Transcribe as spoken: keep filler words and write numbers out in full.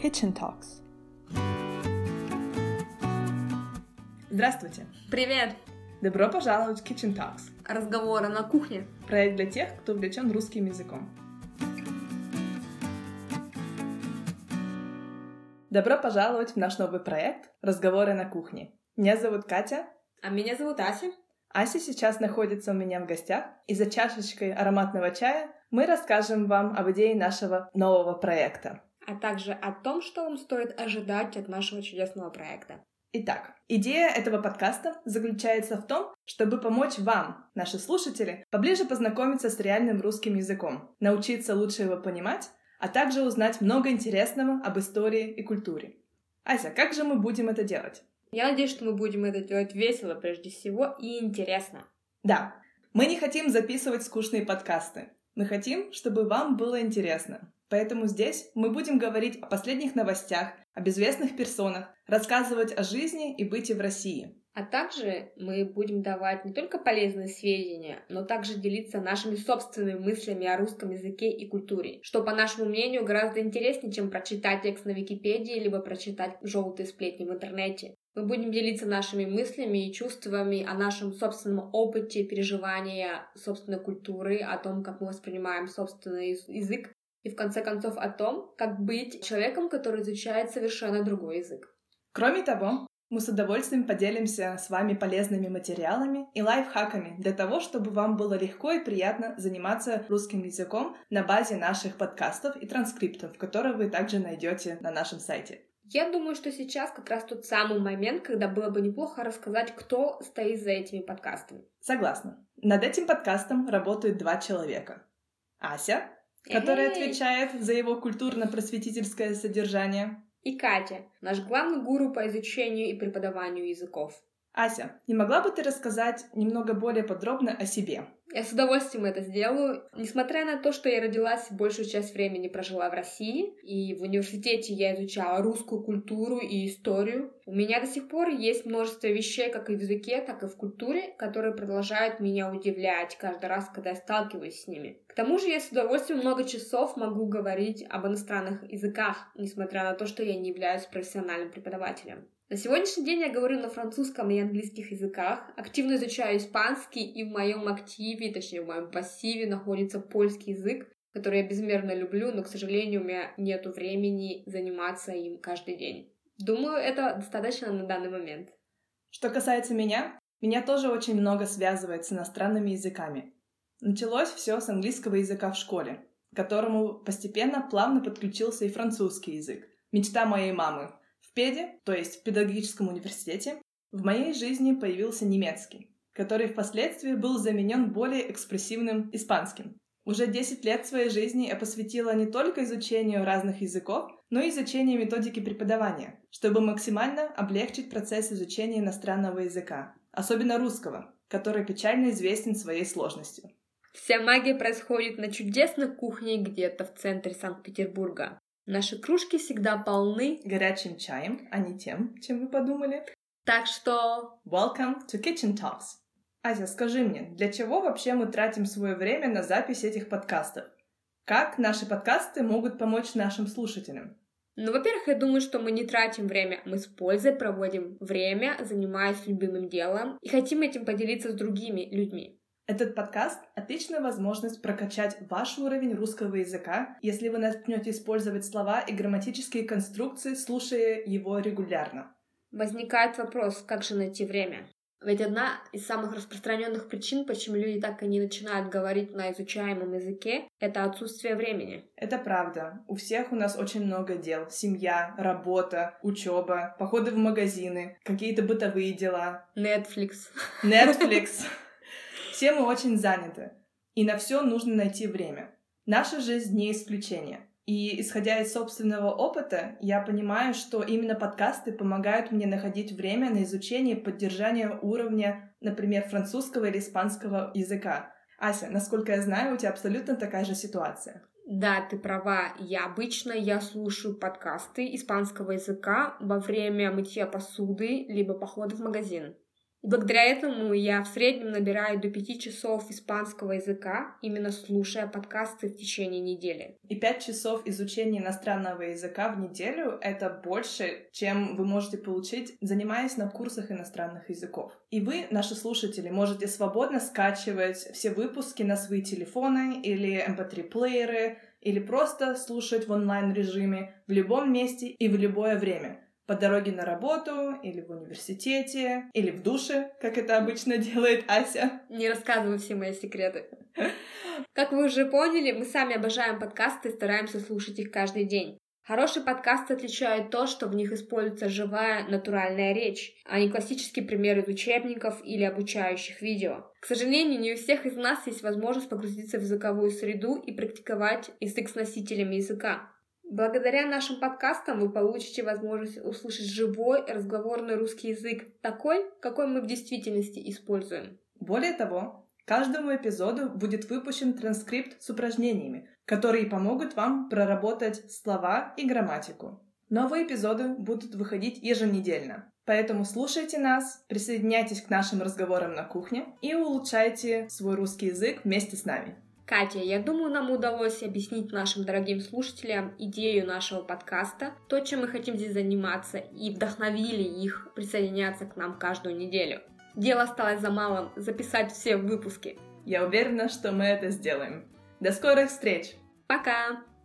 Kitchen Talks. Здравствуйте! Привет! Добро пожаловать в Kitchen Talks. Разговоры на кухне. Проект для тех, кто увлечен русским языком. Добро пожаловать в наш новый проект «Разговоры на кухне». Меня зовут Катя. А меня зовут Ася. Ася сейчас находится у меня в гостях, и за чашечкой ароматного чая мы расскажем вам об идее нашего нового проекта. А также о том, что вам стоит ожидать от нашего чудесного проекта. Итак, идея этого подкаста заключается в том, чтобы помочь вам, наши слушатели, поближе познакомиться с реальным русским языком, научиться лучше его понимать, а также узнать много интересного об истории и культуре. Ася, как же мы будем это делать? Я надеюсь, что мы будем это делать весело прежде всего и интересно. Да, мы не хотим записывать скучные подкасты. Мы хотим, чтобы вам было интересно. Поэтому здесь мы будем говорить о последних новостях, об известных персонах, рассказывать о жизни и быте в России. А также мы будем давать не только полезные сведения, но также делиться нашими собственными мыслями о русском языке и культуре, что, по нашему мнению, гораздо интереснее, чем прочитать текст на Википедии, либо прочитать желтые сплетни в интернете. Мы будем делиться нашими мыслями и чувствами о нашем собственном опыте переживания собственной культуры, о том, как мы воспринимаем собственный язык, и в конце концов о том, как быть человеком, который изучает совершенно другой язык. Кроме того, мы с удовольствием поделимся с вами полезными материалами и лайфхаками для того, чтобы вам было легко и приятно заниматься русским языком на базе наших подкастов и транскриптов, которые вы также найдете на нашем сайте. Я думаю, что сейчас как раз тот самый момент, когда было бы неплохо рассказать, кто стоит за этими подкастами. Согласна. Над этим подкастом работают два человека. Ася, которая отвечает за его культурно-просветительское содержание, и Катя, наш главный гуру по изучению и преподаванию языков. Ася, не могла бы ты рассказать немного более подробно о себе? Я с удовольствием это сделаю. Несмотря на то, что я родилась и большую часть времени прожила в России, и в университете я изучала русскую культуру и историю, у меня до сих пор есть множество вещей как и в языке, так и в культуре, которые продолжают меня удивлять каждый раз, когда я сталкиваюсь с ними. К тому же я с удовольствием много часов могу говорить об иностранных языках, несмотря на то, что я не являюсь профессиональным преподавателем. На сегодняшний день я говорю на французском и английских языках, активно изучаю испанский, и в моем активе, точнее в моем пассиве, находится польский язык, который я безмерно люблю, но, к сожалению, у меня нет времени заниматься им каждый день. Думаю, это достаточно на данный момент. Что касается меня, меня тоже очень много связывает с иностранными языками. Началось все с английского языка в школе, к которому постепенно плавно подключился и французский язык. Мечта моей мамы. В педе, то есть в педагогическом университете, в моей жизни появился немецкий, который впоследствии был заменен более экспрессивным испанским. Уже десять лет своей жизни я посвятила не только изучению разных языков, но и изучению методики преподавания, чтобы максимально облегчить процесс изучения иностранного языка, особенно русского, который печально известен своей сложностью. Вся магия происходит на чудесной кухне где-то в центре Санкт-Петербурга. Наши кружки всегда полны горячим чаем, а не тем, чем вы подумали. Так что... Welcome to Kitchen Talks. Ася, скажи мне, для чего вообще мы тратим свое время на запись этих подкастов? Как наши подкасты могут помочь нашим слушателям? Ну, во-первых, я думаю, что мы не тратим время, мы с пользой проводим время, занимаясь любимым делом и хотим этим поделиться с другими людьми. Этот подкаст — отличная возможность прокачать ваш уровень русского языка, если вы начнете использовать слова и грамматические конструкции, слушая его регулярно. Возникает вопрос, как же найти время? Ведь одна из самых распространенных причин, почему люди так и не начинают говорить на изучаемом языке, это отсутствие времени. Это правда. У всех у нас очень много дел. Семья, работа, учеба, походы в магазины, какие-то бытовые дела. Netflix. Netflix. Все мы очень заняты, и на все нужно найти время. Наша жизнь не исключение. И, исходя из собственного опыта, я понимаю, что именно подкасты помогают мне находить время на изучение и поддержание уровня, например, французского или испанского языка. Ася, насколько я знаю, у тебя абсолютно такая же ситуация. Да, ты права. Я обычно я слушаю подкасты испанского языка во время мытья посуды либо похода в магазин. И благодаря этому я в среднем набираю до пяти часов испанского языка, именно слушая подкасты в течение недели. И пять часов изучения иностранного языка в неделю — это больше, чем вы можете получить, занимаясь на курсах иностранных языков. И вы, наши слушатели, можете свободно скачивать все выпуски на свои телефоны или эм пэ три-плееры, или просто слушать в онлайн-режиме в любом месте и в любое время. По дороге на работу, или в университете, или в душе, как это обычно делает Ася. Не рассказывай все мои секреты. Как вы уже поняли, мы сами обожаем подкасты и стараемся слушать их каждый день. Хорошие подкасты отличают то, что в них используется живая, натуральная речь, а не классический пример из учебников или обучающих видео. К сожалению, не у всех из нас есть возможность погрузиться в языковую среду и практиковать язык с носителями языка. Благодаря нашим подкастам вы получите возможность услышать живой разговорный русский язык, такой, какой мы в действительности используем. Более того, каждому эпизоду будет выпущен транскрипт с упражнениями, которые помогут вам проработать слова и грамматику. Новые эпизоды будут выходить еженедельно, поэтому слушайте нас, присоединяйтесь к нашим разговорам на кухне и улучшайте свой русский язык вместе с нами. Катя, я думаю, нам удалось объяснить нашим дорогим слушателям идею нашего подкаста, то, чем мы хотим здесь заниматься, и вдохновили их присоединяться к нам каждую неделю. Дело осталось за малым — записать все выпуски. Я уверена, что мы это сделаем. До скорых встреч! Пока!